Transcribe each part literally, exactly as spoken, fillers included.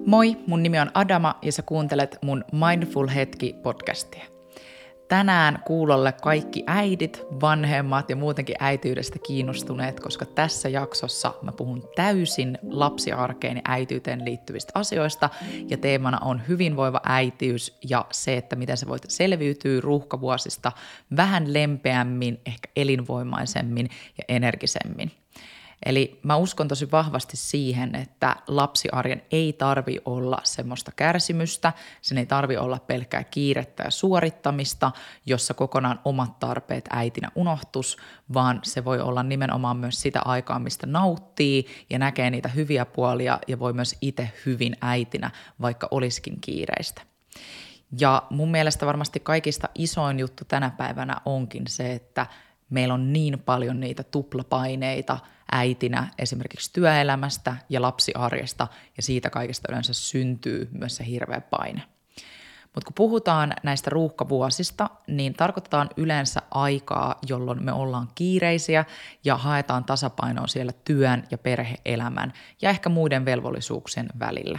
Moi, mun nimi on Adama ja sä kuuntelet mun Mindful Hetki-podcastia. Tänään kuulolle kaikki äidit, vanhemmat ja muutenkin äitiydestä kiinnostuneet, koska tässä jaksossa mä puhun täysin lapsiarkeen ja äitiyteen liittyvistä asioista ja teemana on hyvinvoiva äitiys ja se, että miten sä voit selviytyä ruuhkavuosista vähän lempeämmin, ehkä elinvoimaisemmin ja energisemmin. Eli mä uskon tosi vahvasti siihen, että lapsiarjen ei tarvi olla semmoista kärsimystä, sen ei tarvi olla pelkkää kiirettä ja suorittamista, jossa kokonaan omat tarpeet äitinä unohtus, vaan se voi olla nimenomaan myös sitä aikaa, mistä nauttii ja näkee niitä hyviä puolia ja voi myös itse hyvin äitinä, vaikka olisikin kiireistä. Ja mun mielestä varmasti kaikista isoin juttu tänä päivänä onkin se, että meillä on niin paljon niitä tuplapaineita äitinä esimerkiksi työelämästä ja lapsiarjesta ja siitä kaikesta yleensä syntyy myös se hirveä paine. Mutta kun puhutaan näistä ruuhkavuosista, niin tarkoitetaan yleensä aikaa, jolloin me ollaan kiireisiä ja haetaan tasapainoa siellä työn ja perhe-elämän ja ehkä muiden velvollisuuksien välillä.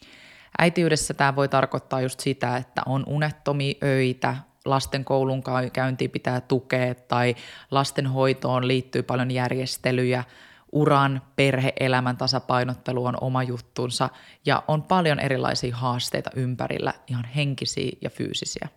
Äitiydessä tämä voi tarkoittaa just sitä, että on unettomia öitä, lasten koulun käyntiin pitää tukea tai lastenhoitoon liittyy paljon järjestelyjä, uran, perhe-elämän tasapainottelu on oma juttunsa ja on paljon erilaisia haasteita ympärillä, ihan henkisiä ja fyysisiä.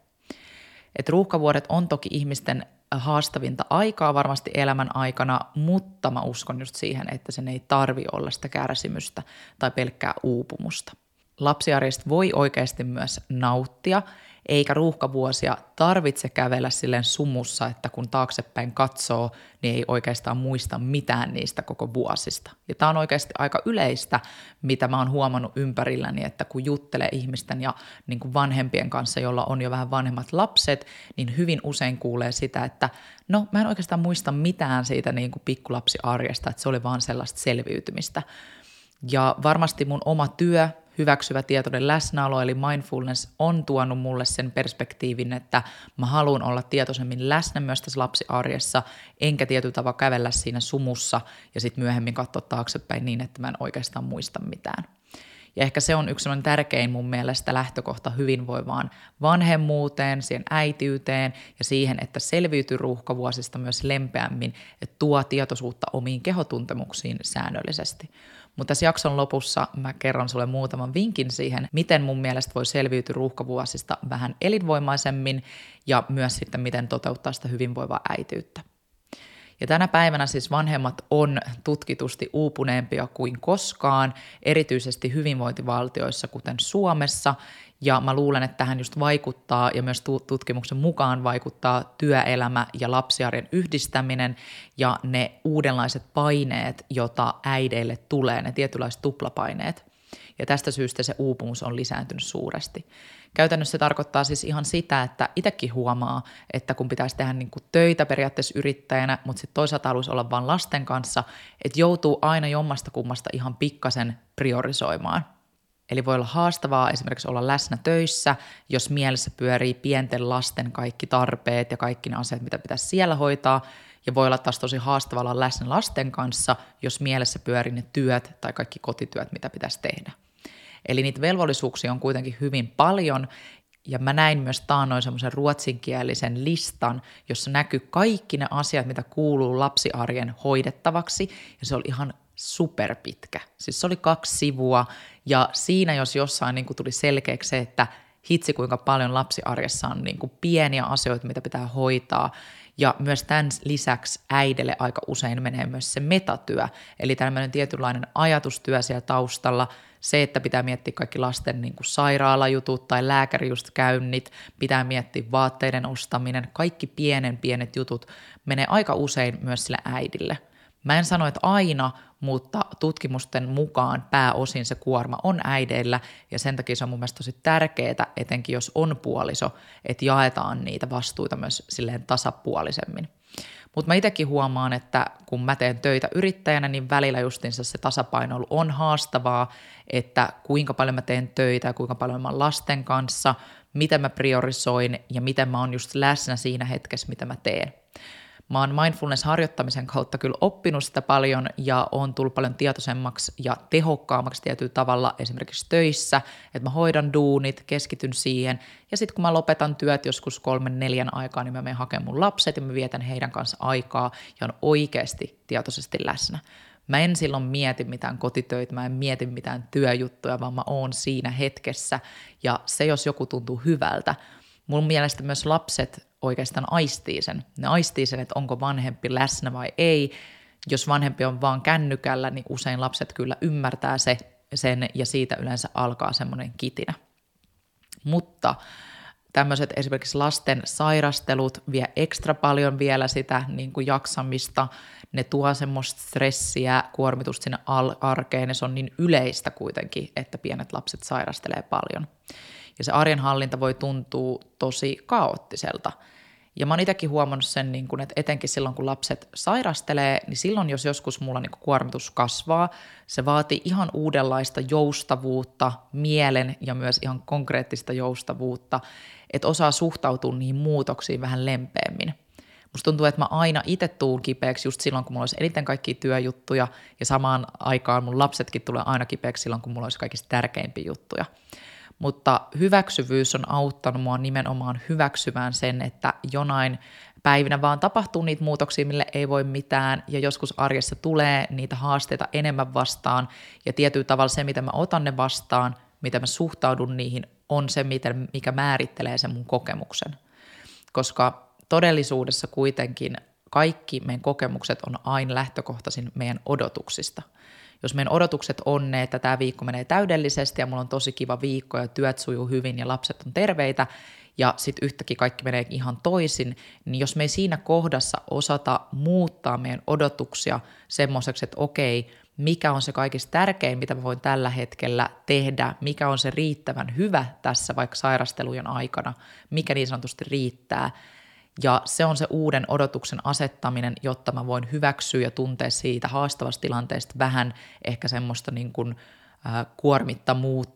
Et ruuhkavuodet on toki ihmisten haastavinta aikaa varmasti elämän aikana, mutta mä uskon just siihen, että sen ei tarvi olla sitä kärsimystä tai pelkkää uupumusta. Lapsiarjesta voi oikeasti myös nauttia, eikä ruuhkavuosia tarvitse kävellä silleen sumussa, että kun taaksepäin katsoo, niin ei oikeastaan muista mitään niistä koko vuosista. Ja tämä on oikeasti aika yleistä, mitä mä oon huomannut ympärilläni, että kun juttelee ihmisten ja niin kuin vanhempien kanssa, joilla on jo vähän vanhemmat lapset, niin hyvin usein kuulee sitä, että no mä en oikeastaan muista mitään siitä niin kuin pikkulapsiarjesta, että se oli vaan sellaista selviytymistä. Ja varmasti mun oma työ, hyväksyvä tietoinen läsnäolo eli mindfulness on tuonut mulle sen perspektiivin, että mä haluan olla tietoisemmin läsnä myös tässä lapsiarjessa, enkä tietyllä tavalla kävellä siinä sumussa ja sitten myöhemmin katsoa taaksepäin niin, että mä en oikeastaan muista mitään. Ja ehkä se on yksi sellainen tärkein mun mielestä lähtökohta hyvinvoivaan vanhemmuuteen, siihen äitiyteen ja siihen, että selviytyy ruuhkavuosista myös lempeämmin, että tuo tietoisuutta omiin kehotuntemuksiin säännöllisesti. Mutta tässä jakson lopussa mä kerron sulle muutaman vinkin siihen, miten mun mielestä voi selviytyä ruuhkavuosista vähän elinvoimaisemmin ja myös sitten miten toteuttaa sitä hyvinvoivaa äitiyttä. Ja tänä päivänä siis vanhemmat on tutkitusti uupuneempia kuin koskaan, erityisesti hyvinvointivaltioissa, kuten Suomessa, ja mä luulen, että tähän just vaikuttaa, ja myös tutkimuksen mukaan vaikuttaa työelämä ja lapsiarjen yhdistäminen, ja ne uudenlaiset paineet, joita äideille tulee, ne tietynlaiset tuplapaineet. Ja tästä syystä se uupumus on lisääntynyt suuresti. Käytännössä se tarkoittaa siis ihan sitä, että itsekin huomaa, että kun pitäisi tehdä niin kuin töitä periaatteessa yrittäjänä, mutta sitten toisaalta haluaisi olla vain lasten kanssa, että joutuu aina jommasta kummasta ihan pikkasen priorisoimaan. Eli voi olla haastavaa esimerkiksi olla läsnä töissä, jos mielessä pyörii pienten lasten kaikki tarpeet ja kaikki ne asiat, mitä pitäisi siellä hoitaa. Ja voi olla taas tosi haastavaa olla läsnä lasten kanssa, jos mielessä pyörii ne työt tai kaikki kotityöt, mitä pitäisi tehdä. Eli niitä velvollisuuksia on kuitenkin hyvin paljon, ja mä näin myös taannoin semmoisen ruotsinkielisen listan, jossa näkyy kaikki ne asiat, mitä kuuluu lapsiarjen hoidettavaksi, ja se oli ihan superpitkä. Siis se oli kaksi sivua, ja siinä jos jossain niin kuin tuli selkeäksi se, että hitsi kuinka paljon lapsiarjessa on niin kuin pieniä asioita, mitä pitää hoitaa, ja myös tämän lisäksi äidille aika usein menee myös se metatyö, eli tämmöinen tietynlainen ajatustyö siellä taustalla, se, että pitää miettiä kaikki lasten niin kuin sairaalajutut tai lääkärijust käynnit, pitää miettiä vaatteiden ostaminen, kaikki pienen pienet jutut menee aika usein myös sille äidille. Mä en sano, että aina, mutta tutkimusten mukaan pääosin se kuorma on äideillä ja sen takia se on mun mielestä tosi tärkeää, etenkin jos on puoliso, että jaetaan niitä vastuita myös silleen tasapuolisemmin. Mutta mä itsekin huomaan, että kun mä teen töitä yrittäjänä, niin välillä justinsa se tasapainoilu on haastavaa, että kuinka paljon mä teen töitä ja kuinka paljon mä oon lasten kanssa, miten mä priorisoin ja miten mä oon just läsnä siinä hetkessä, mitä mä teen. Mä oon mindfulness-harjoittamisen kautta kyllä oppinut sitä paljon ja on tullut paljon tietoisemmaksi ja tehokkaammaksi tietyllä tavalla esimerkiksi töissä, että mä hoidan duunit, keskityn siihen ja sitten kun mä lopetan työt joskus kolmen neljän aikaa, niin mä menen hakemaan mun lapset ja mä vietän heidän kanssa aikaa ja on oikeasti tietoisesti läsnä. Mä en silloin mieti mitään kotitöitä, mä en mieti mitään työjuttuja, vaan mä oon siinä hetkessä ja se jos joku tuntuu hyvältä. Mun mielestä myös lapset oikeastaan aistii sen. Ne aistii sen, että onko vanhempi läsnä vai ei. Jos vanhempi on vaan kännykällä, niin usein lapset kyllä ymmärtää se, sen ja siitä yleensä alkaa semmoinen kitinä. Mutta tämmöiset esimerkiksi lasten sairastelut vie ekstra paljon vielä sitä niin kuin jaksamista. Ne tuo semmoista stressiä, kuormitusta sinne arkeen ja se on niin yleistä kuitenkin, että pienet lapset sairastelee paljon. Ja se arjen hallinta voi tuntua tosi kaoottiselta. Ja mä oon itsekin huomannut sen, niin kun, että etenkin silloin, kun lapset sairastelee, niin silloin, jos joskus mulla niin kun kuormitus kasvaa, se vaatii ihan uudenlaista joustavuutta, mielen ja myös ihan konkreettista joustavuutta, että osaa suhtautua niihin muutoksiin vähän lempeämmin. Musta tuntuu, että mä aina itse tuun kipeäksi just silloin, kun mulla olisi eniten kaikkia työjuttuja, ja samaan aikaan mun lapsetkin tulee aina kipeäksi silloin, kun mulla olisi kaikista tärkeimpiä juttuja. Mutta hyväksyvyys on auttanut mua nimenomaan hyväksymään sen, että jonain päivinä vaan tapahtuu niitä muutoksia, mille ei voi mitään, ja joskus arjessa tulee niitä haasteita enemmän vastaan, ja tietyllä tavalla se, miten mä otan ne vastaan, miten mä suhtaudun niihin, on se, mikä määrittelee sen mun kokemuksen. Koska todellisuudessa kuitenkin kaikki meidän kokemukset on aina lähtökohtaisin meidän odotuksista. Jos meidän odotukset on ne, että tämä viikko menee täydellisesti ja mulla on tosi kiva viikko ja työt sujuu hyvin ja lapset on terveitä ja sitten yhtäkkiä kaikki menee ihan toisin, niin jos me ei siinä kohdassa osata muuttaa meidän odotuksia semmoiseksi, että okei, mikä on se kaikista tärkein, mitä mä voin tällä hetkellä tehdä, mikä on se riittävän hyvä tässä vaikka sairastelujen aikana, mikä niin sanotusti riittää. Ja se on se uuden odotuksen asettaminen, jotta mä voin hyväksyä ja tuntea siitä haastavasta tilanteesta vähän ehkä semmoista niin kuin, äh, kuormittamuutta,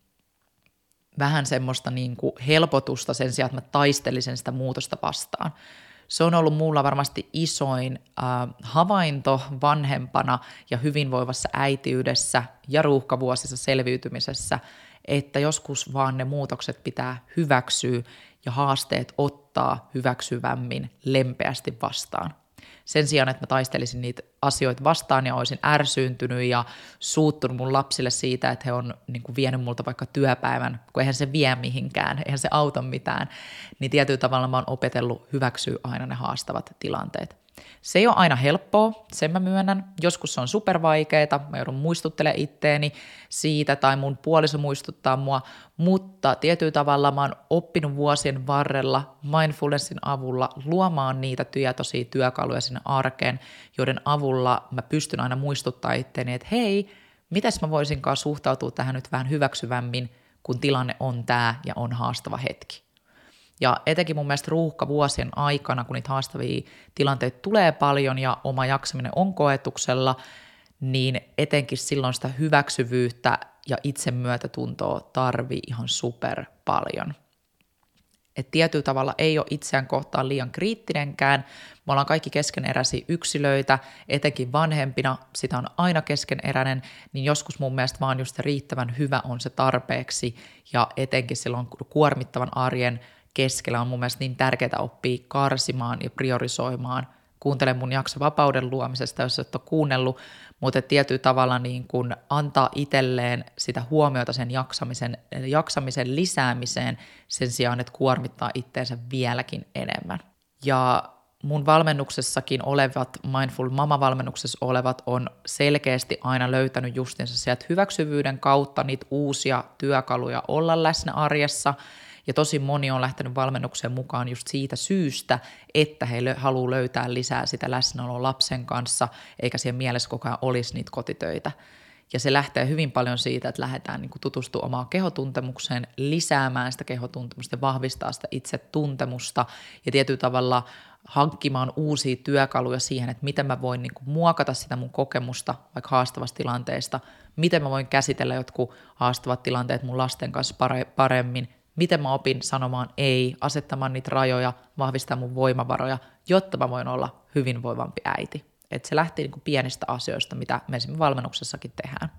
vähän semmoista niin kuin helpotusta sen sijaan, että mä taistelisen sitä muutosta vastaan. Se on ollut mulla varmasti isoin äh, havainto vanhempana ja hyvinvoivassa äitiydessä ja ruuhkavuosissa selviytymisessä, että joskus vaan ne muutokset pitää hyväksyä ja haasteet ottaa hyväksyvämmin lempeästi vastaan. Sen sijaan, että mä taistelisin niitä asioita vastaan ja olisin ärsyyntynyt ja suuttunut mun lapsille siitä, että he on niin kuin vienyt multa vaikka työpäivän, kun eihän se vie mihinkään, eihän se auta mitään, niin tietyllä tavalla mä oon opetellut hyväksyä aina ne haastavat tilanteet. Se ei ole aina helppoa, sen mä myönnän. Joskus se on supervaikeeta, mä joudun muistuttelemaan itteeni siitä tai mun puoliso muistuttaa mua, mutta tietyllä tavalla mä oon oppinut vuosien varrella mindfulnessin avulla luomaan niitä tietoisia työkaluja sinne arkeen, joiden avulla mä pystyn aina muistuttaa itteeni, että hei, mitäs mä voisinkaan suhtautua tähän nyt vähän hyväksyvämmin, kun tilanne on tää ja on haastava hetki. Ja etenkin mun mielestä ruuhkavuosien aikana, kun niitä haastavia tilanteita tulee paljon ja oma jaksaminen on koetuksella, niin etenkin silloin sitä hyväksyvyyttä ja itsemyötätuntoa tarvii ihan super paljon. Et tietyllä tavalla ei ole itseään kohtaan liian kriittinenkään. Me ollaan kaikki keskeneräisiä yksilöitä, etenkin vanhempina, sitä on aina keskeneräinen, niin joskus mun mielestä vaan just riittävän hyvä on se tarpeeksi ja etenkin silloin kuormittavan arjen keskellä on mun mielestä niin tärkeää oppia karsimaan ja priorisoimaan. Kuuntelen mun jakso vapauden luomisesta, jos et ole kuunnellut, mutta tietyllä tavalla niin kun antaa itselleen sitä huomiota sen jaksamisen, jaksamisen lisäämiseen sen sijaan, että kuormittaa itteensä vieläkin enemmän. Ja mun valmennuksessakin olevat, Mindful Mama-valmennuksessa olevat on selkeästi aina löytänyt justinsa sieltä hyväksyvyyden kautta niitä uusia työkaluja olla läsnä arjessa. Ja tosi moni on lähtenyt valmennukseen mukaan just siitä syystä, että he haluaa löytää lisää sitä läsnäoloa lapsen kanssa, eikä siellä mielessä koko ajan olisi niitä kotitöitä. Ja se lähtee hyvin paljon siitä, että lähdetään niin kuin tutustumaan omaan kehotuntemukseen, lisäämään sitä kehotuntemusta ja vahvistaa sitä itsetuntemusta ja tietyllä tavalla hankkimaan uusia työkaluja siihen, että miten mä voin niin kuin muokata sitä mun kokemusta vaikka haastavasta tilanteesta, miten mä voin käsitellä jotkut haastavat tilanteet mun lasten kanssa paremmin, miten mä opin sanomaan ei, asettamaan niitä rajoja, vahvistaa mun voimavaroja, jotta mä voin olla hyvinvoivampi äiti. Että se lähti niin kuin pienistä asioista, mitä me esimerkiksi valmennuksessakin tehdään.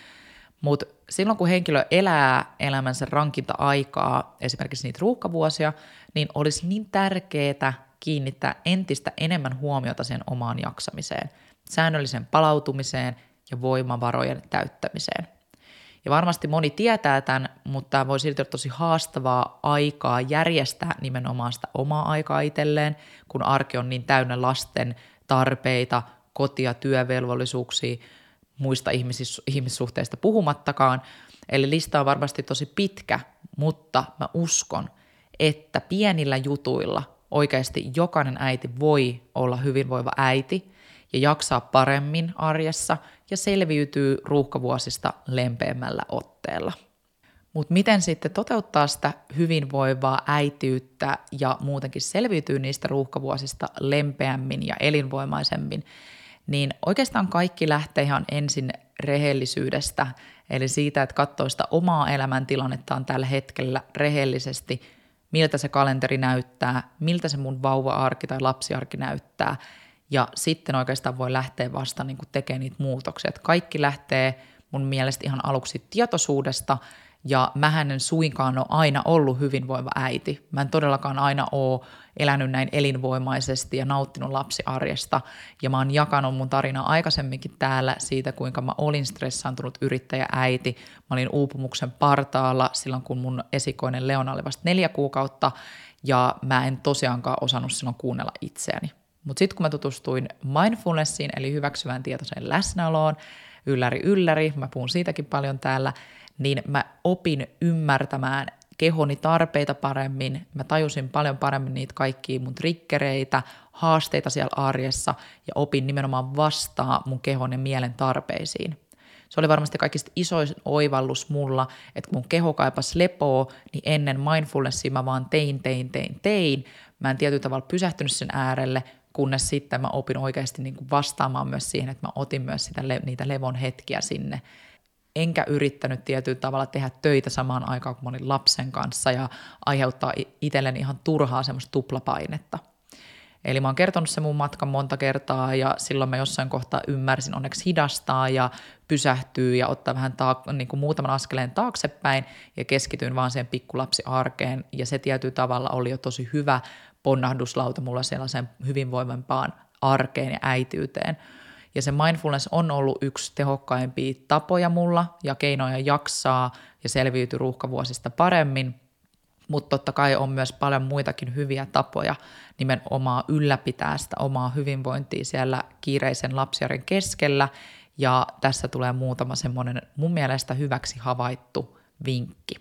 Mutta silloin, kun henkilö elää elämänsä rankinta aikaa, esimerkiksi niitä ruuhkavuosia, niin olisi niin tärkeää kiinnittää entistä enemmän huomiota sen omaan jaksamiseen, säännölliseen palautumiseen ja voimavarojen täyttämiseen. Ja varmasti moni tietää tämän, mutta tämä voi silti olla tosi haastavaa aikaa järjestää nimenomaan sitä omaa aikaa itselleen, kun arki on niin täynnä lasten tarpeita, kotia, työvelvollisuuksia, muista ihmisis- ihmissuhteista puhumattakaan. Eli lista on varmasti tosi pitkä, mutta mä uskon, että pienillä jutuilla oikeasti jokainen äiti voi olla hyvinvoiva äiti ja jaksaa paremmin arjessa ja selviytyy ruuhkavuosista lempeämmällä otteella. Mutta miten sitten toteuttaa sitä hyvinvoivaa äitiyttä ja muutenkin selviytyy niistä ruuhkavuosista lempeämmin ja elinvoimaisemmin, niin oikeastaan kaikki lähtee ihan ensin rehellisyydestä, eli siitä, että katsoo sitä omaa elämäntilannettaan tällä hetkellä rehellisesti, miltä se kalenteri näyttää, miltä se mun vauva-arki tai lapsiarki näyttää, ja sitten oikeastaan voi lähteä vasta niin kuin tekemään niitä muutoksia. Että kaikki lähtee mun mielestä ihan aluksi tietoisuudesta, ja mähän en suinkaan ole aina ollut hyvinvoiva äiti. Mä en todellakaan aina ole elänyt näin elinvoimaisesti ja nauttinut lapsiarjesta. Ja mä oon jakanut mun tarinaa aikaisemminkin täällä siitä, kuinka mä olin stressaantunut yrittäjääiti. Mä olin uupumuksen partaalla silloin, kun mun esikoinen Leona oli vasta neljä kuukautta. Ja mä en tosiaankaan osannut silloin kuunnella itseäni. Mutta sitten kun mä tutustuin mindfulnessiin, eli hyväksyvään tietoiseen läsnäoloon, ylläri ylläri, mä puhun siitäkin paljon täällä, niin mä opin ymmärtämään kehoni tarpeita paremmin, mä tajusin paljon paremmin niitä kaikkia mun triggereitä, haasteita siellä arjessa ja opin nimenomaan vastaa mun kehon ja mielen tarpeisiin. Se oli varmasti kaikista isoin oivallus mulla, että kun mun keho kaipasi lepoa, niin ennen mindfulnessia mä vaan tein, tein, tein, tein. Mä en tietyllä tavalla pysähtynyt sen äärelle, kunnes sitten mä opin oikeasti niin kuin vastaamaan myös siihen, että mä otin myös sitä, niitä levon hetkiä sinne. Enkä yrittänyt tietyllä tavalla tehdä töitä samaan aikaan kuin mä olin lapsen kanssa ja aiheuttaa itselleni ihan turhaa semmoista tuplapainetta. Eli mä oon kertonut sen mun matkan monta kertaa ja silloin mä jossain kohtaa ymmärsin onneksi hidastaa ja pysähtyä ja ottaa vähän taak- niin kuin muutaman askeleen taaksepäin ja keskityin vaan siihen pikkulapsiarkeen ja se tietyllä tavalla oli jo tosi hyvä ponnahduslauta mulla sellaiseen hyvinvoivempaan arkeen ja äitiyteen. Ja se mindfulness on ollut yksi tehokkaimpia tapoja mulla ja keinoja jaksaa ja selviytyy ruuhkavuosista paremmin, mutta totta kai on myös paljon muitakin hyviä tapoja nimenomaan ylläpitää sitä omaa hyvinvointia siellä kiireisen lapsiarjen keskellä ja tässä tulee muutama semmoinen mun mielestä hyväksi havaittu vinkki.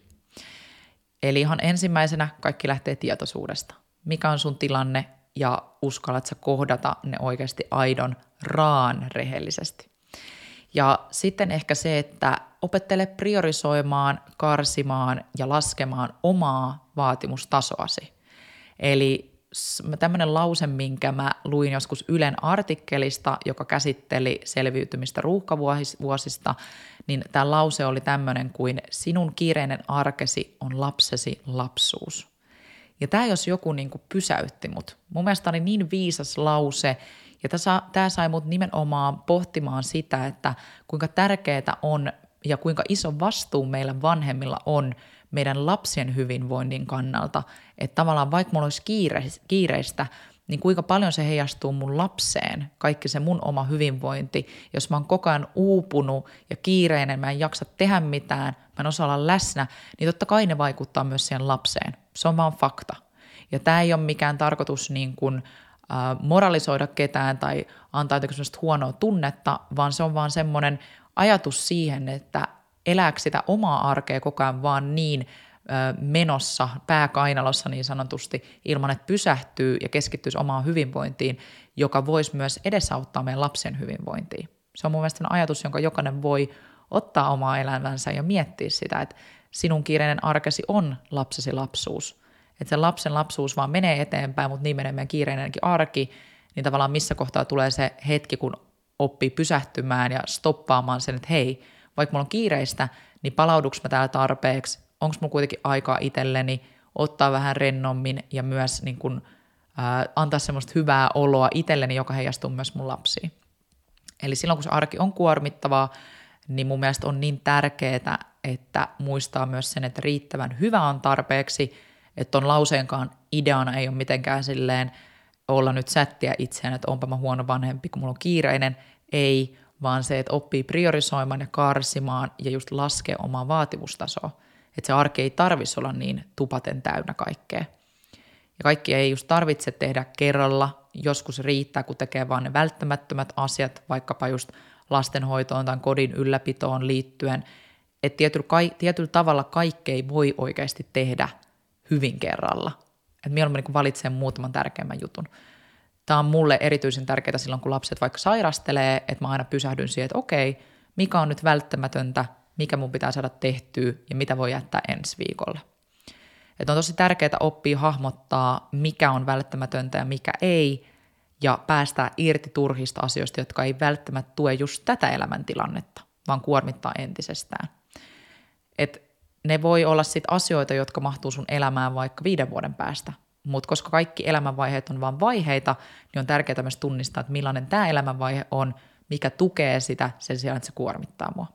Eli ihan ensimmäisenä kaikki lähtee tietoisuudesta. Mikä on sun tilanne ja uskallat sä kohdata ne oikeasti aidon raan rehellisesti. Ja sitten ehkä se, että opettele priorisoimaan, karsimaan ja laskemaan omaa vaatimustasoasi. Eli tämmöinen lause, minkä mä luin joskus Ylen artikkelista, joka käsitteli selviytymistä ruuhkavuosista, niin tämä lause oli tämmöinen kuin sinun kiireinen arkesi on lapsesi lapsuus. Ja tämä jos joku niin kuin pysäytti mut. Mun mielestä oli niin viisas lause ja tämä sai mut nimenomaan pohtimaan sitä, että kuinka tärkeää on ja kuinka iso vastuu meillä vanhemmilla on meidän lapsien hyvinvoinnin kannalta. Että tavallaan vaikka mulla olisi kiire, kiireistä, niin kuinka paljon se heijastuu mun lapseen, kaikki se mun oma hyvinvointi. Jos mä oon koko ajan uupunut ja kiireinen, mä en jaksa tehdä mitään, mä en osaa olla läsnä, niin totta kai ne vaikuttaa myös siihen lapseen. Se on vaan fakta. Ja tämä ei ole mikään tarkoitus niin kuin, äh, moralisoida ketään tai antaa jotenkin sellaista huonoa tunnetta, vaan se on vaan semmoinen ajatus siihen, että elääkö sitä omaa arkea koko ajan vaan niin äh, menossa, pääkainalossa niin sanotusti, ilman että pysähtyy ja keskittyisi omaan hyvinvointiin, joka voisi myös edesauttaa meidän lapsen hyvinvointiin. Se on mun mielestä ajatus, jonka jokainen voi ottaa omaa elämänsä ja miettiä sitä, että sinun kiireinen arkesi on lapsesi lapsuus. Että se lapsen lapsuus vaan menee eteenpäin, mutta niin menee meidän kiireinenkin arki, niin tavallaan missä kohtaa tulee se hetki, kun oppii pysähtymään ja stoppaamaan sen, että hei, vaikka mulla on kiireistä, niin palauduks mä täällä tarpeeksi, onko mulla kuitenkin aikaa itselleni, ottaa vähän rennommin ja myös niin kun ää, antaa semmoista hyvää oloa itselleni, joka heijastuu myös mun lapsiin. Eli silloin, kun se arki on kuormittavaa, niin mun mielestä on niin tärkeää, että muistaa myös sen, että riittävän hyvä on tarpeeksi, että ton lauseenkaan ideana ei ole mitenkään silleen olla nyt sättiä itseään, että onpa mä huono vanhempi, kun mulla on kiireinen. Ei, vaan se, että oppii priorisoimaan ja karsimaan ja just laskee omaa vaatimustasoa. Että se arki ei tarvitsisi olla niin tupaten täynnä kaikkea. Ja kaikki ei just tarvitse tehdä kerralla. Joskus riittää, kun tekee vaan ne välttämättömät asiat, vaikkapa just lastenhoitoon tai kodin ylläpitoon liittyen. Että tietyllä, tietyllä tavalla kaikkea ei voi oikeasti tehdä hyvin kerralla. Että mieluummin niin valitsee muutaman tärkeimmän jutun. Tämä on mulle erityisen tärkeää silloin, kun lapset vaikka sairastelee, että mä aina pysähdyn siihen, että okei, mikä on nyt välttämätöntä, mikä mun pitää saada tehtyä ja mitä voi jättää ensi viikolle. Että on tosi tärkeää oppia hahmottaa, mikä on välttämätöntä ja mikä ei, ja päästää irti turhista asioista, jotka ei välttämättä tue just tätä elämäntilannetta, vaan kuormittaa entisestään. Että ne voi olla sit asioita, jotka mahtuu sun elämään vaikka viiden vuoden päästä, mutta koska kaikki elämänvaiheet on vain vaiheita, niin on tärkeää myös tunnistaa, että millainen tämä elämänvaihe on, mikä tukee sitä sen sijaan, että se kuormittaa mua.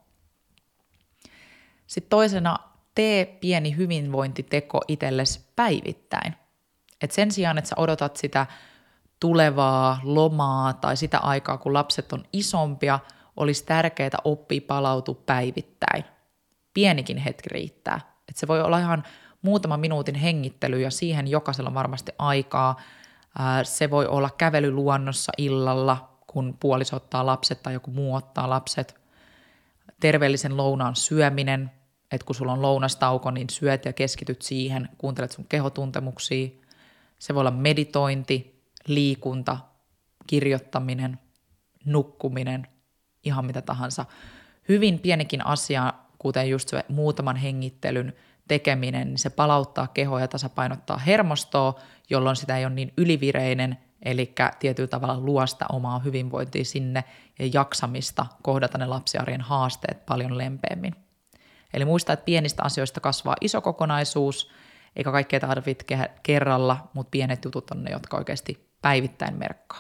Sitten toisena, tee pieni hyvinvointiteko itsellesi päivittäin. Et sen sijaan, että sä odotat sitä tulevaa lomaa tai sitä aikaa, kun lapset on isompia, olisi tärkeää oppia palautua päivittäin. Pienikin hetki riittää. Et se voi olla ihan muutaman minuutin hengittely ja siihen jokaisella on varmasti aikaa. Se voi olla kävely luonnossa illalla, kun puoliso ottaa lapset tai joku muu ottaa lapset. Terveellisen lounaan syöminen, että kun sulla on lounastauko, niin syöt ja keskityt siihen, kuuntelet sun kehotuntemuksia. Se voi olla meditointi, liikunta, kirjoittaminen, nukkuminen, ihan mitä tahansa. Hyvin pienikin asia, kuten just se muutaman hengittelyn tekeminen, niin se palauttaa kehoa ja tasapainottaa hermostoa, jolloin sitä ei ole niin ylivireinen, eli tietyllä tavalla luo sitä omaa hyvinvointia sinne ja jaksamista kohdata ne lapsiarjen haasteet paljon lempeämmin. Eli muista, että pienistä asioista kasvaa iso kokonaisuus, eikä kaikkea tarvitse kerralla, mutta pienet jutut on ne, jotka oikeasti päivittäin merkkaa.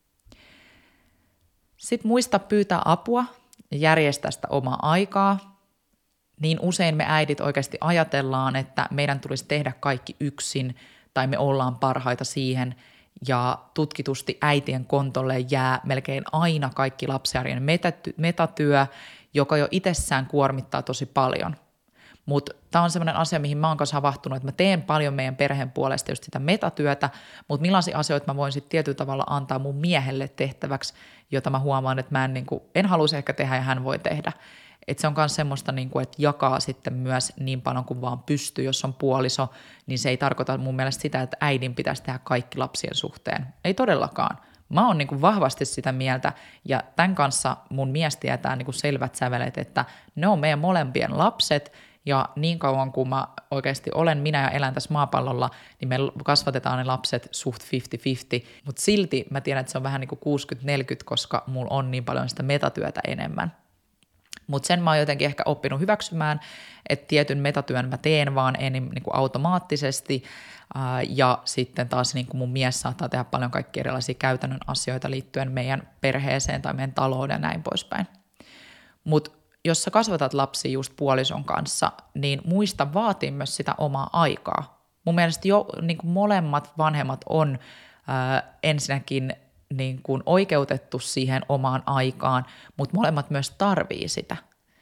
Sitten muista pyytää apua ja järjestää sitä omaa aikaa. Niin usein me äidit oikeasti ajatellaan, että meidän tulisi tehdä kaikki yksin tai me ollaan parhaita siihen ja tutkitusti äitien kontolle jää melkein aina kaikki lapsiarjen metatyö, joka jo itsessään kuormittaa tosi paljon. Mutta tämä on sellainen asia, mihin mä oon kanssa havahtunut, että mä teen paljon meidän perheen puolesta just sitä metatyötä, mutta millaisia asioita mä voin sitten tietyllä tavalla antaa mun miehelle tehtäväksi, jota mä huomaan, että mä en, niin kuin, en haluaisi ehkä tehdä ja hän voi tehdä. Että se on myös semmoista, niin kuin, että jakaa sitten myös niin paljon kuin vaan pystyy, jos on puoliso, niin se ei tarkoita mun mielestä sitä, että äidin pitäisi tehdä kaikki lapsien suhteen. Ei todellakaan. Mä oon niin kuin vahvasti sitä mieltä ja tämän kanssa mun mies tietää niin kuin selvät sävelet, että ne on meidän molempien lapset ja niin kauan kuin mä oikeasti olen minä ja elän tässä maapallolla, niin me kasvatetaan ne lapset suht viisikymmentä viisikymmentä, mutta silti mä tiedän, että se on vähän niin kuin kuusikymmentä neljäkymmentä, koska mulla on niin paljon sitä metatyötä enemmän. Mutta sen mä oon jotenkin ehkä oppinut hyväksymään, että tietyn metatyön mä teen vaan en niin kuin automaattisesti ää, ja sitten taas niin kuin mun mies saattaa tehdä paljon kaikkia erilaisia käytännön asioita liittyen meidän perheeseen tai meidän talouden ja näin poispäin. Mutta jos sä kasvatat lapsia just puolison kanssa, niin muista vaatii myös sitä omaa aikaa. Mun mielestä jo niin kuin molemmat vanhemmat on ää, ensinnäkin niin kuin oikeutettu siihen omaan aikaan, mutta molemmat myös tarvii sitä.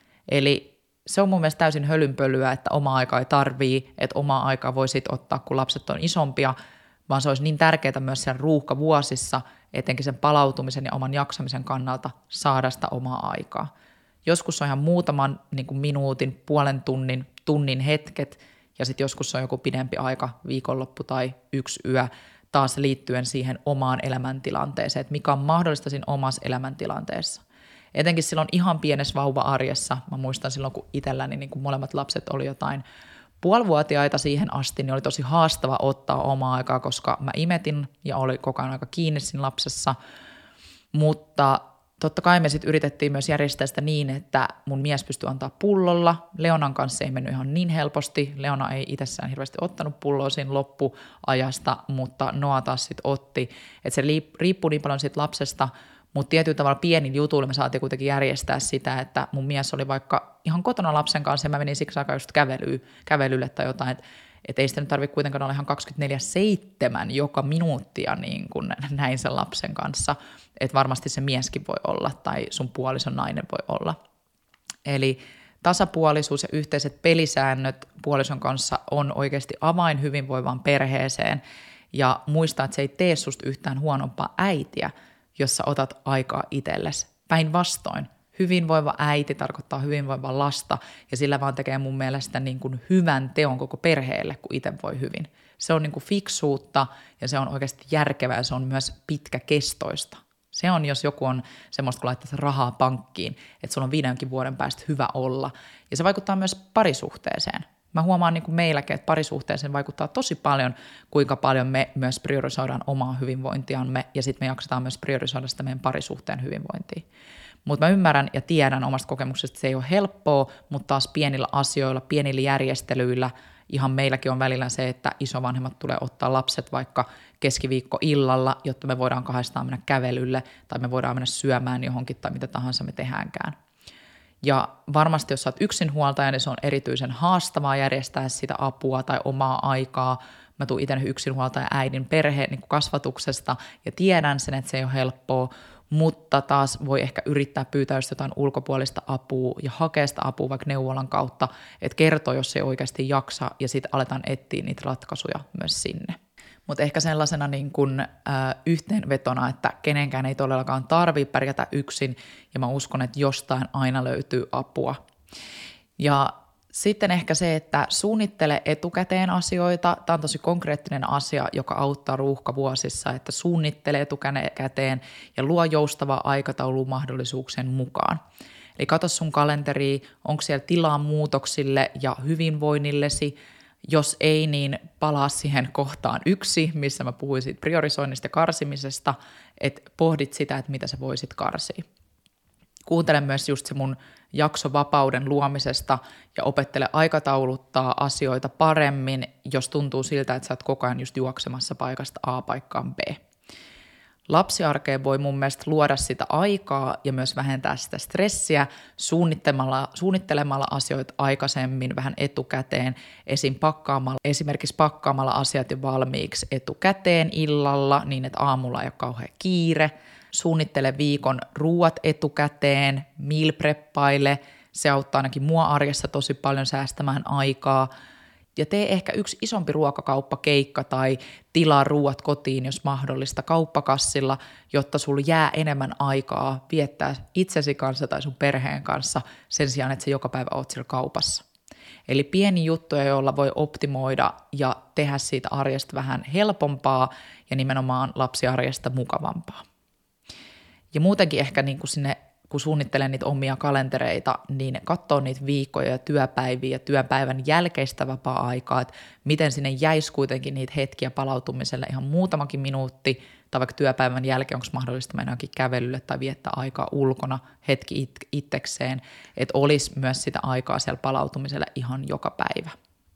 Eli se on mun mielestä täysin hölynpölyä, että omaa aikaa ei tarvii, että omaa aikaa voi sit ottaa, kun lapset on isompia, vaan se olisi niin tärkeää myös sen ruuhkavuosissa, etenkin sen palautumisen ja oman jaksamisen kannalta saada sitä omaa aikaa. Joskus on ihan muutaman niin kuin minuutin, puolen tunnin, tunnin hetket, ja sitten joskus on joku pidempi aika, viikonloppu tai yksi yö, taas liittyen siihen omaan elämäntilanteeseen, että mikä on mahdollista siinä omassa elämäntilanteessa. Etenkin silloin ihan pienessä vauva-arjessa, mä muistan silloin, kun itselläni niin kun molemmat lapset oli jotain puolivuotiaita siihen asti, niin oli tosi haastava ottaa omaa aikaa, koska mä imetin ja oli koko ajan aika kiinni siinä lapsessa, mutta totta kai me sitten yritettiin myös järjestää sitä niin, että mun mies pystyi antaa pullolla. Leonan kanssa ei mennyt ihan niin helposti. Leona ei itsessään hirveästi ottanut pulloa siinä loppuajasta, mutta Noa taas sitten otti. Että se riippuu niin paljon siitä lapsesta, mutta tietyllä tavalla pienillä jutuilla me saatiin kuitenkin järjestää sitä, että mun mies oli vaikka ihan kotona lapsen kanssa ja mä menin siksi aikaa just kävelyyn, kävelylle tai jotain, että et ei sitä nyt tarvitse kuitenkaan olla ihan kaksikymmentäneljä seitsemän joka minuuttia niin kuin näin sen lapsen kanssa, että varmasti se mieskin voi olla tai sun puolison nainen voi olla. Eli tasapuolisuus ja yhteiset pelisäännöt puolison kanssa on oikeasti avain hyvinvoivaan perheeseen ja muistaa, että se ei tee susta yhtään huonompaa äitiä, jos sä otat aikaa itsellesi. Päinvastoin. Hyvinvoiva äiti tarkoittaa hyvinvoivaa lasta ja sillä vaan tekee mun mielestä niin kuin hyvän teon koko perheelle, kun itse voi hyvin. Se on niin kuin fiksuutta ja se on oikeasti järkevää ja se on myös pitkäkestoista. Se on, jos joku on semmoista, kun laittaa rahaa pankkiin, että sulla on viidenkin vuoden päästä hyvä olla. Ja se vaikuttaa myös parisuhteeseen. Mä huomaan niin kuin meilläkin, että parisuhteeseen vaikuttaa tosi paljon, kuinka paljon me myös priorisoidaan omaa hyvinvointiamme ja sitten me jaksetaan myös priorisoida sitä meidän parisuhteen hyvinvointia. Mutta mä ymmärrän ja tiedän omasta kokemuksesta, että se ei ole helppoa, mutta taas pienillä asioilla, pienillä järjestelyillä, ihan meilläkin on välillä se, että isovanhemmat tulee ottaa lapset vaikka keskiviikko illalla, jotta me voidaan kahdestaan mennä kävelylle tai me voidaan mennä syömään johonkin tai mitä tahansa me tehdäänkään. Ja varmasti jos sä oot yksinhuoltaja, niin se on erityisen haastavaa järjestää sitä apua tai omaa aikaa. Mä tuun itse yksinhuoltaja äidin perheen niin kasvatuksesta ja tiedän sen, että se ei ole helppoa, mutta taas voi ehkä yrittää pyytää just jotain ulkopuolista apua ja hakea sitä apua vaikka neuvolan kautta, että kertoo, jos ei oikeasti jaksa ja sitten aletaan etsiä niitä ratkaisuja myös sinne. Mutta ehkä sellaisena niin kun, äh, yhteenvetona, että kenenkään ei todellakaan tarvitse pärjätä yksin ja mä uskon, että jostain aina löytyy apua. Ja sitten ehkä se, että suunnittele etukäteen asioita. Tämä on tosi konkreettinen asia, joka auttaa ruuhkavuosissa, että suunnittele etukäteen ja luo joustavaa aikataulua mahdollisuuksien mukaan. Eli katso sun kalenteria, onko siellä tilaa muutoksille ja hyvinvoinnillesi. Jos ei, niin palaa siihen kohtaan yksi, missä mä puhuin siitä priorisoinnista ja karsimisesta, että pohdit sitä, että mitä sä voisit karsia. Kuuntele myös just se mun jakso vapauden luomisesta ja opettele aikatauluttaa asioita paremmin, jos tuntuu siltä, että sä oot koko ajan just juoksemassa paikasta A paikkaan B. Lapsiarkeen voi mun mielestä luoda sitä aikaa ja myös vähentää sitä stressiä suunnittelemalla, suunnittelemalla asioita aikaisemmin vähän etukäteen, esim. pakkaamalla, esimerkiksi pakkaamalla asiat jo valmiiksi etukäteen illalla niin, että aamulla ei ole kauhean kiire. Suunnittele viikon ruuat etukäteen, meal preppaile, se auttaa ainakin mua arjessa tosi paljon säästämään aikaa. Ja tee ehkä yksi isompi ruokakauppakeikka tai tilaa ruuat kotiin, jos mahdollista, kauppakassilla, jotta sulla jää enemmän aikaa viettää itsesi kanssa tai sun perheen kanssa sen sijaan, että sä joka päivä oot siellä kaupassa. Eli pieni juttuja, joilla voi optimoida ja tehdä siitä arjesta vähän helpompaa ja nimenomaan lapsiarjesta mukavampaa. Ja muutenkin ehkä niin kuin sinne, kun suunnittelen niitä omia kalentereita, niin katsoo niitä viikkoja ja työpäiviä ja työpäivän jälkeistä vapaa-aikaa, että miten sinne jäisi kuitenkin niitä hetkiä palautumiselle ihan muutamakin minuutti, tai vaikka työpäivän jälkeen onko mahdollista mennä jonkin kävelylle tai viettää aikaa ulkona hetki it- itsekseen, että olisi myös sitä aikaa siellä palautumiselle ihan joka päivä.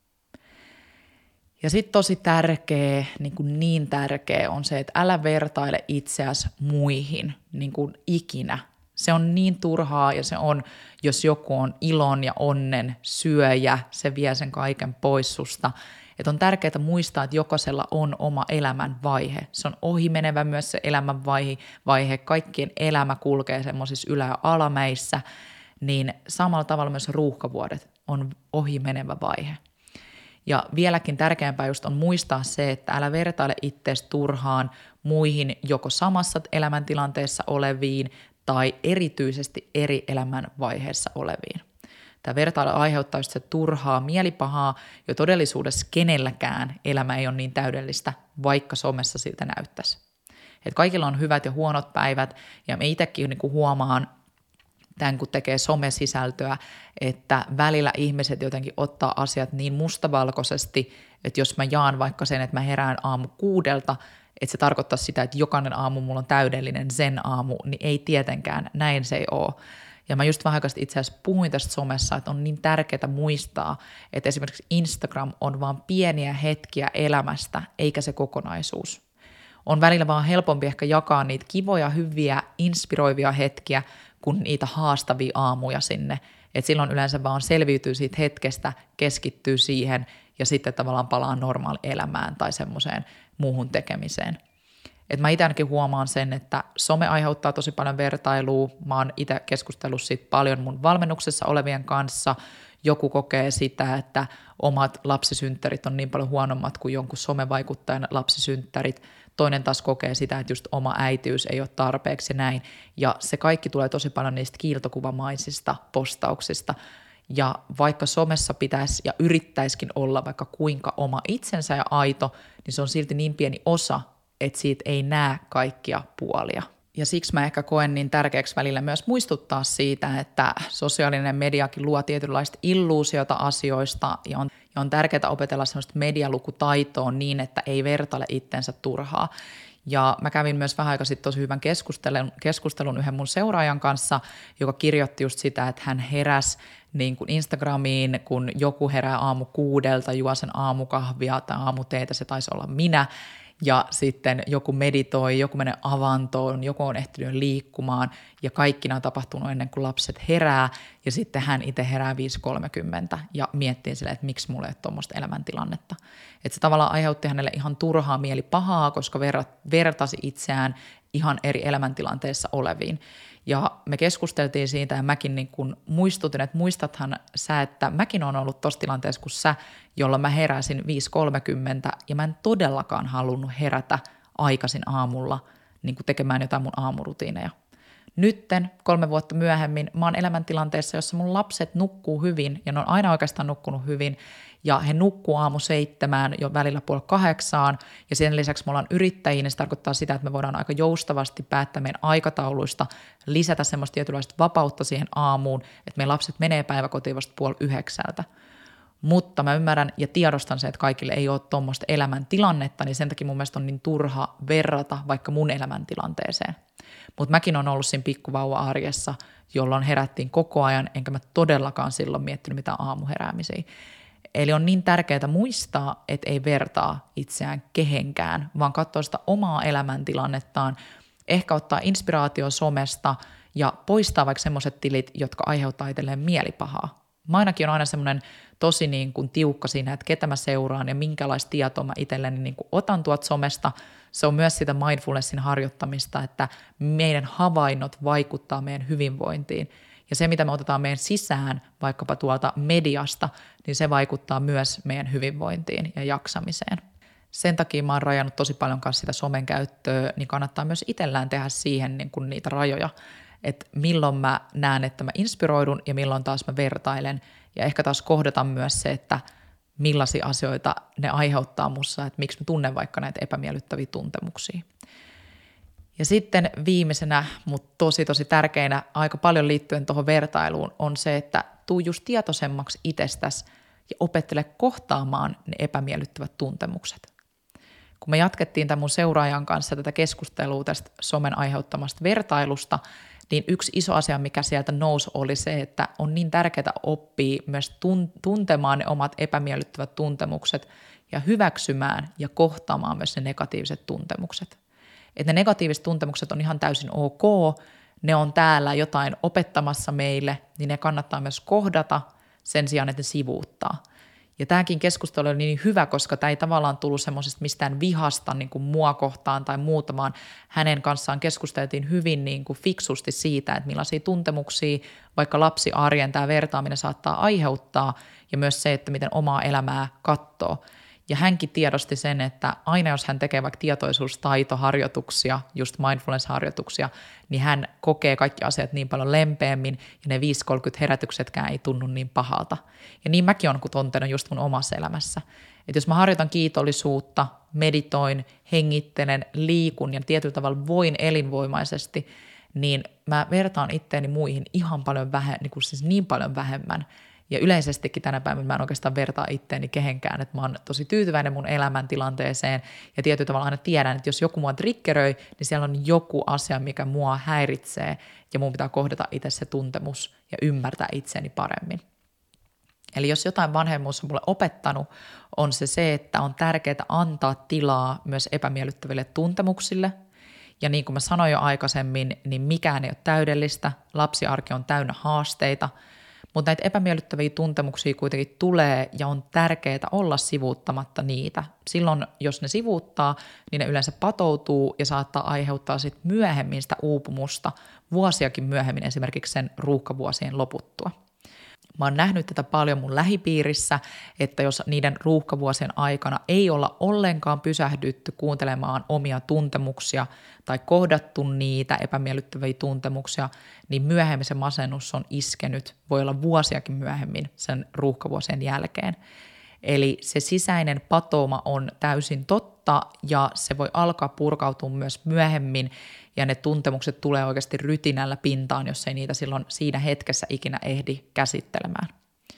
Ja sitten tosi tärkeä, niin, kuin niin tärkeä on se, että älä vertaile itseäsi muihin niin kuin ikinä. Se on niin turhaa ja se on, jos joku on ilon ja onnen syöjä, se vie sen kaiken pois susta. Että on tärkeää muistaa, että jokaisella on oma elämän vaihe. Se on ohimenevä myös se elämän vaihe. vaihe. Kaikkien elämä kulkee semmoisissa ylä- ja alamäissä, niin samalla tavalla myös ruuhkavuodet on ohimenevä vaihe. Ja vieläkin tärkeämpää just on muistaa se, että älä vertaile itseäsi turhaan muihin joko samassa elämäntilanteessa oleviin tai erityisesti eri elämänvaiheessa oleviin. Tämä vertailu aiheuttaa just se turhaa mielipahaa, jo todellisuudessa kenelläkään elämä ei ole niin täydellistä, vaikka somessa siltä näyttäisi. Et kaikilla on hyvät ja huonot päivät, ja me itsekin niin kuin huomaan, tämän kun tekee somesisältöä, että välillä ihmiset jotenkin ottaa asiat niin mustavalkoisesti, että jos mä jaan vaikka sen, että mä herään aamu kuudelta, että se tarkoittaa sitä, että jokainen aamu mulla on täydellinen zen aamu, niin ei tietenkään, näin se ei ole. Ja mä just vähän aikaa itse asiassa puhuin tästä somessa, että on niin tärkeää muistaa, että esimerkiksi Instagram on vaan pieniä hetkiä elämästä, eikä se kokonaisuus. On välillä vaan helpompi ehkä jakaa niitä kivoja, hyviä, inspiroivia hetkiä, kuin niitä haastavia aamuja sinne. Et silloin yleensä vaan selviytyy siitä hetkestä, keskittyy siihen ja sitten tavallaan palaa normaali elämään tai semmoiseen muuhun tekemiseen. Et mä itse ainakin huomaan sen, että some aiheuttaa tosi paljon vertailua. Mä oon itse keskustellut siitä paljon mun valmennuksessa olevien kanssa. Joku kokee sitä, että omat lapsisynttärit on niin paljon huonommat kuin jonkun somevaikuttajan lapsisynttärit. Toinen taas kokee sitä, että just oma äitiys ei ole tarpeeksi näin. Ja se kaikki tulee tosi paljon niistä kiiltokuvamaisista postauksista. Ja vaikka somessa pitäisi ja yrittäisikin olla vaikka kuinka oma itsensä ja aito, niin se on silti niin pieni osa, että siitä ei näe kaikkia puolia. Ja siksi mä ehkä koen niin tärkeäksi välillä myös muistuttaa siitä, että sosiaalinen mediakin luo tietynlaista illuusiota asioista ja on, ja on tärkeää opetella sellaista medialukutaitoa niin, että ei vertaile itsensä turhaa. Ja mä kävin myös vähän aikaa sitten tosi hyvän keskustelun, keskustelun yhden mun seuraajan kanssa, joka kirjoitti just sitä, että hän heräsi niin kuin Instagramiin, kun joku herää aamu kuudelta, juo sen aamukahvia tai aamuteetä, se taisi olla minä, ja sitten joku meditoi, joku menee avantoon, joku on ehtinyt liikkumaan ja kaikki nämä on tapahtunut ennen kuin lapset herää ja sitten hän itse herää viisi kolmekymmentä ja miettii silleen, että miksi mulla ei ole tuommoista elämäntilannetta. Että se tavallaan aiheutti hänelle ihan turhaa mieli pahaa, koska vertasi itseään ihan eri elämäntilanteessa oleviin. Ja me keskusteltiin siitä ja mäkin niin kun muistutin, että muistathan sä, että mäkin olen ollut tuossa tilanteessa kuin sä, jolloin mä heräsin viisi kolmekymmentä ja mä en todellakaan halunnut herätä aikaisin aamulla niin kuin tekemään jotain mun aamurutiineja. Nytten, kolme vuotta myöhemmin, mä oon elämäntilanteessa, jossa mun lapset nukkuu hyvin ja ne on aina oikeastaan nukkunut hyvin ja he nukkuu aamu seitsemään jo välillä puoli kahdeksaan ja sen lisäksi me ollaan yrittäjiä, niin se tarkoittaa sitä, että me voidaan aika joustavasti päättää meidän aikatauluista, lisätä semmoista tietynlaista vapautta siihen aamuun, että meidän lapset menee päiväkotiin vasta puoli yhdeksältä. Mutta mä ymmärrän ja tiedostan se, että kaikille ei ole tuommoista elämäntilannetta, niin sen takia mun mielestä on niin turha verrata vaikka mun elämäntilanteeseen. Mutta mäkin on ollut siinä pikkuvauva-arjessa, jolloin herättiin koko ajan, enkä mä todellakaan silloin miettinyt mitään aamuheräämisiä. Eli on niin tärkeää muistaa, että ei vertaa itseään kehenkään, vaan katsoa sitä omaa elämäntilannettaan, ehkä ottaa inspiraatio somesta ja poistaa vaikka semmoiset tilit, jotka aiheuttaa itselleen mielipahaa. Mä ainakin on aina semmoinen tosi niin kuin tiukka siinä, että ketä mä seuraan ja minkälaista tietoa mä itselleni niin kuin otan tuolta somesta. Se on myös sitä mindfulnessin harjoittamista, että meidän havainnot vaikuttaa meidän hyvinvointiin. Ja se, mitä me otetaan meidän sisään, vaikkapa tuolta mediasta, niin se vaikuttaa myös meidän hyvinvointiin ja jaksamiseen. Sen takia mä oon rajannut tosi paljon kanssa sitä somen käyttöä, niin kannattaa myös itsellään tehdä siihen niin kuin niitä rajoja, että milloin mä näen, että mä inspiroidun ja milloin taas mä vertailen. Ja ehkä taas kohdata myös se, että millaisia asioita ne aiheuttaa mussa, että miksi mä tunnen vaikka näitä epämiellyttäviä tuntemuksia. Ja sitten viimeisenä, mutta tosi tosi tärkeänä aika paljon liittyen tuohon vertailuun on se, että tuu just tietoisemmaksi itsestäsi ja opettele kohtaamaan ne epämiellyttävät tuntemukset. Kun me jatkettiin tämän mun seuraajan kanssa tätä keskustelua tästä somen aiheuttamasta vertailusta, niin yksi iso asia, mikä sieltä nousi, oli se, että on niin tärkeää oppia myös tuntemaan ne omat epämiellyttävät tuntemukset ja hyväksymään ja kohtaamaan myös ne negatiiviset tuntemukset. Että ne negatiiviset tuntemukset on ihan täysin ok, ne on täällä jotain opettamassa meille, niin ne kannattaa myös kohdata sen sijaan, että ne sivuuttaa. Ja tämäkin keskustelu oli niin hyvä, koska tämä ei tavallaan tullut semmoisesta mistään vihasta niin kuin mua kohtaan tai muuta, vaan hänen kanssaan keskusteltiin hyvin niin kuin fiksusti siitä, että millaisia tuntemuksia vaikka lapsiarjen tämä vertaaminen saattaa aiheuttaa ja myös se, että miten omaa elämää katsoo. Ja hänkin tiedosti sen, että aina jos hän tekee vaikka tietoisuustaitoharjoituksia, just mindfulness-harjoituksia, niin hän kokee kaikki asiat niin paljon lempeämmin ja ne viisi kolmekymmentä herätyksetkään ei tunnu niin pahalta. Ja niin mäkin olen tuntenut just mun omassa elämässä. Että jos mä harjoitan kiitollisuutta, meditoin, hengittelen, liikun ja tietyllä tavalla voin elinvoimaisesti, niin mä vertaan itteeni muihin ihan paljon vähemmän, niin, kuin siis niin paljon vähemmän. Ja yleisestikin tänä päivänä mä en oikeastaan vertaa itteeni kehenkään, että mä oon tosi tyytyväinen mun elämäntilanteeseen ja tietyllä tavalla aina tiedän, että jos joku mua triggeröi, niin siellä on joku asia, mikä mua häiritsee ja mun pitää kohdata itse se tuntemus ja ymmärtää itseäni paremmin. Eli jos jotain vanhemmuus on mulle opettanut, on se se, että on tärkeää antaa tilaa myös epämiellyttäville tuntemuksille. Ja niin kuin mä sanoin jo aikaisemmin, niin mikään ei ole täydellistä, lapsiarki on täynnä haasteita, mutta näitä epämiellyttäviä tuntemuksia kuitenkin tulee ja on tärkeää olla sivuuttamatta niitä. Silloin, jos ne sivuuttaa, niin ne yleensä patoutuu ja saattaa aiheuttaa sit myöhemmin sitä uupumusta, vuosiakin myöhemmin esimerkiksi sen ruuhkavuosien loputtua. Mä oon nähnyt tätä paljon mun lähipiirissä, että jos niiden ruuhkavuosien aikana ei olla ollenkaan pysähdytty kuuntelemaan omia tuntemuksia tai kohdattu niitä epämiellyttäviä tuntemuksia, niin myöhemmin se masennus on iskenyt, voi olla vuosiakin myöhemmin sen ruuhkavuosien jälkeen. Eli se sisäinen patouma on täysin totta ja se voi alkaa purkautua myös myöhemmin ja ne tuntemukset tulee oikeasti rytinällä pintaan, jos ei niitä silloin siinä hetkessä ikinä ehdi käsittelemään.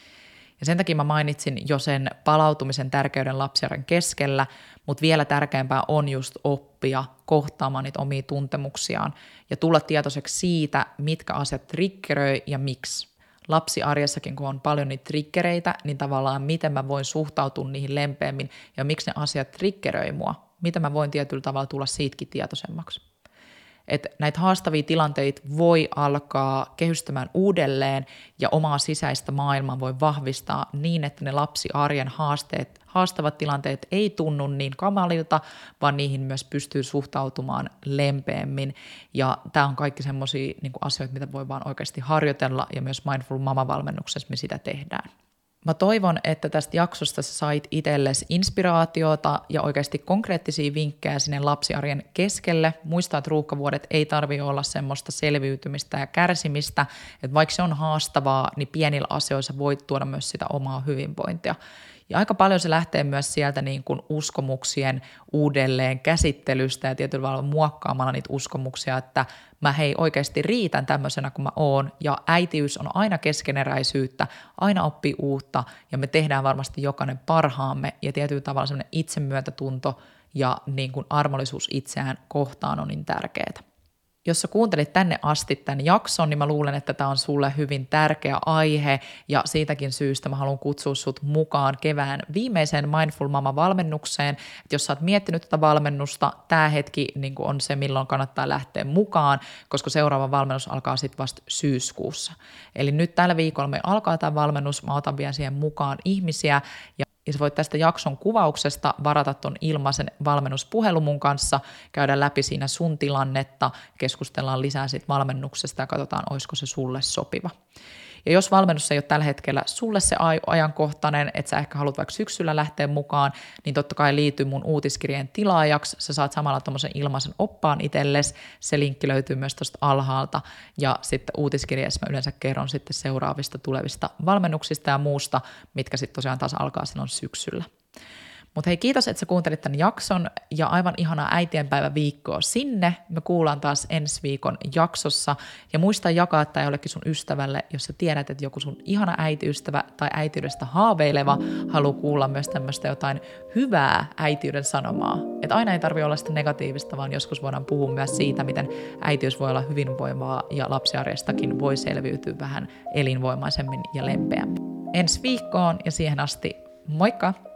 Ja sen takia mä mainitsin jo sen palautumisen tärkeyden lapsiarjen keskellä, mutta vielä tärkeämpää on just oppia kohtaamaan niitä omia tuntemuksiaan ja tulla tietoiseksi siitä, mitkä asiat triggeröi ja miksi. Lapsiarjessakin, kun on paljon niitä triggereitä, niin tavallaan miten mä voin suhtautua niihin lempeämmin ja miksi ne asiat triggeröi mua. Miten mä voin tietyllä tavalla tulla siitäkin tietoisemmaksi. Että näitä haastavia tilanteita voi alkaa kehystämään uudelleen ja omaa sisäistä maailmaa voi vahvistaa niin, että ne lapsiarjen haasteet, haastavat tilanteet ei tunnu niin kamalilta, vaan niihin myös pystyy suhtautumaan lempeämmin. Ja tämä on kaikki semmoisia niin kuin asioita, mitä voi vaan oikeasti harjoitella ja myös Mindful Mama-valmennuksessa me sitä tehdään. Mä toivon, että tästä jaksosta sä sait itsellesi inspiraatiota ja oikeasti konkreettisia vinkkejä sinne lapsiarjen keskelle. Muista, että ruuhkavuodet ei tarvitse olla semmoista selviytymistä ja kärsimistä, että vaikka se on haastavaa, niin pienillä asioissa voit tuoda myös sitä omaa hyvinvointia. Ja aika paljon se lähtee myös sieltä niin kuin uskomuksien uudelleen käsittelystä ja tietyllä tavalla muokkaamalla niitä uskomuksia, että mä hei oikeasti riitän tämmöisenä kuin mä oon ja äitiys on aina keskeneräisyyttä, aina oppii uutta ja me tehdään varmasti jokainen parhaamme ja tietyllä tavalla semmoinen itsemyötätunto ja niin kuin armollisuus itseään kohtaan on niin tärkeää. Jos sä kuuntelit tänne asti tämän jakson, niin mä luulen, että tämä on sulle hyvin tärkeä aihe ja siitäkin syystä mä haluan kutsua sut mukaan kevään viimeiseen Mindful Mama-valmennukseen. Et jos sä oot miettinyt tätä valmennusta, tämä hetki niin on se, milloin kannattaa lähteä mukaan, koska seuraava valmennus alkaa sitten vasta syyskuussa. Eli nyt tällä viikolla me alkaa tämä valmennus, mä otan vielä siihen mukaan ihmisiä ja Ja sä voit tästä jakson kuvauksesta varata ton ilmaisen valmennuspuhelun mun kanssa, käydä läpi siinä sun tilannetta, keskustellaan lisää siitä valmennuksesta ja katsotaan, olisiko se sulle sopiva. Ja jos valmennus ei ole tällä hetkellä sulle se ajankohtainen, että sä ehkä haluat vaikka syksyllä lähteä mukaan, niin totta kai liity mun uutiskirjeen tilaajaksi. Sä saat samalla tommosen ilmaisen oppaan itsellesi. Se linkki löytyy myös tuosta alhaalta. Ja sitten uutiskirjeessä mä yleensä kerron sitten seuraavista tulevista valmennuksista ja muusta, mitkä sitten tosiaan taas alkaa silloin syksyllä. Mutta hei, kiitos, että sä kuuntelit tämän jakson ja aivan ihanaa äitienpäivä viikkoa sinne. Me kuullaan taas ensi viikon jaksossa ja muista jakaa tämä jollekin sun ystävälle, jos sä tiedät, että joku sun ihana äitiystävä tai äitiydestä haaveileva haluaa kuulla myös tämmöistä jotain hyvää äitiyden sanomaa. Että aina ei tarvitse olla sitä negatiivista, vaan joskus voidaan puhua myös siitä, miten äitiys voi olla hyvinvoivaa ja lapsiarjestakin voi selviytyä vähän elinvoimaisemmin ja lempeämmin. Ensi viikkoon ja siihen asti moikka!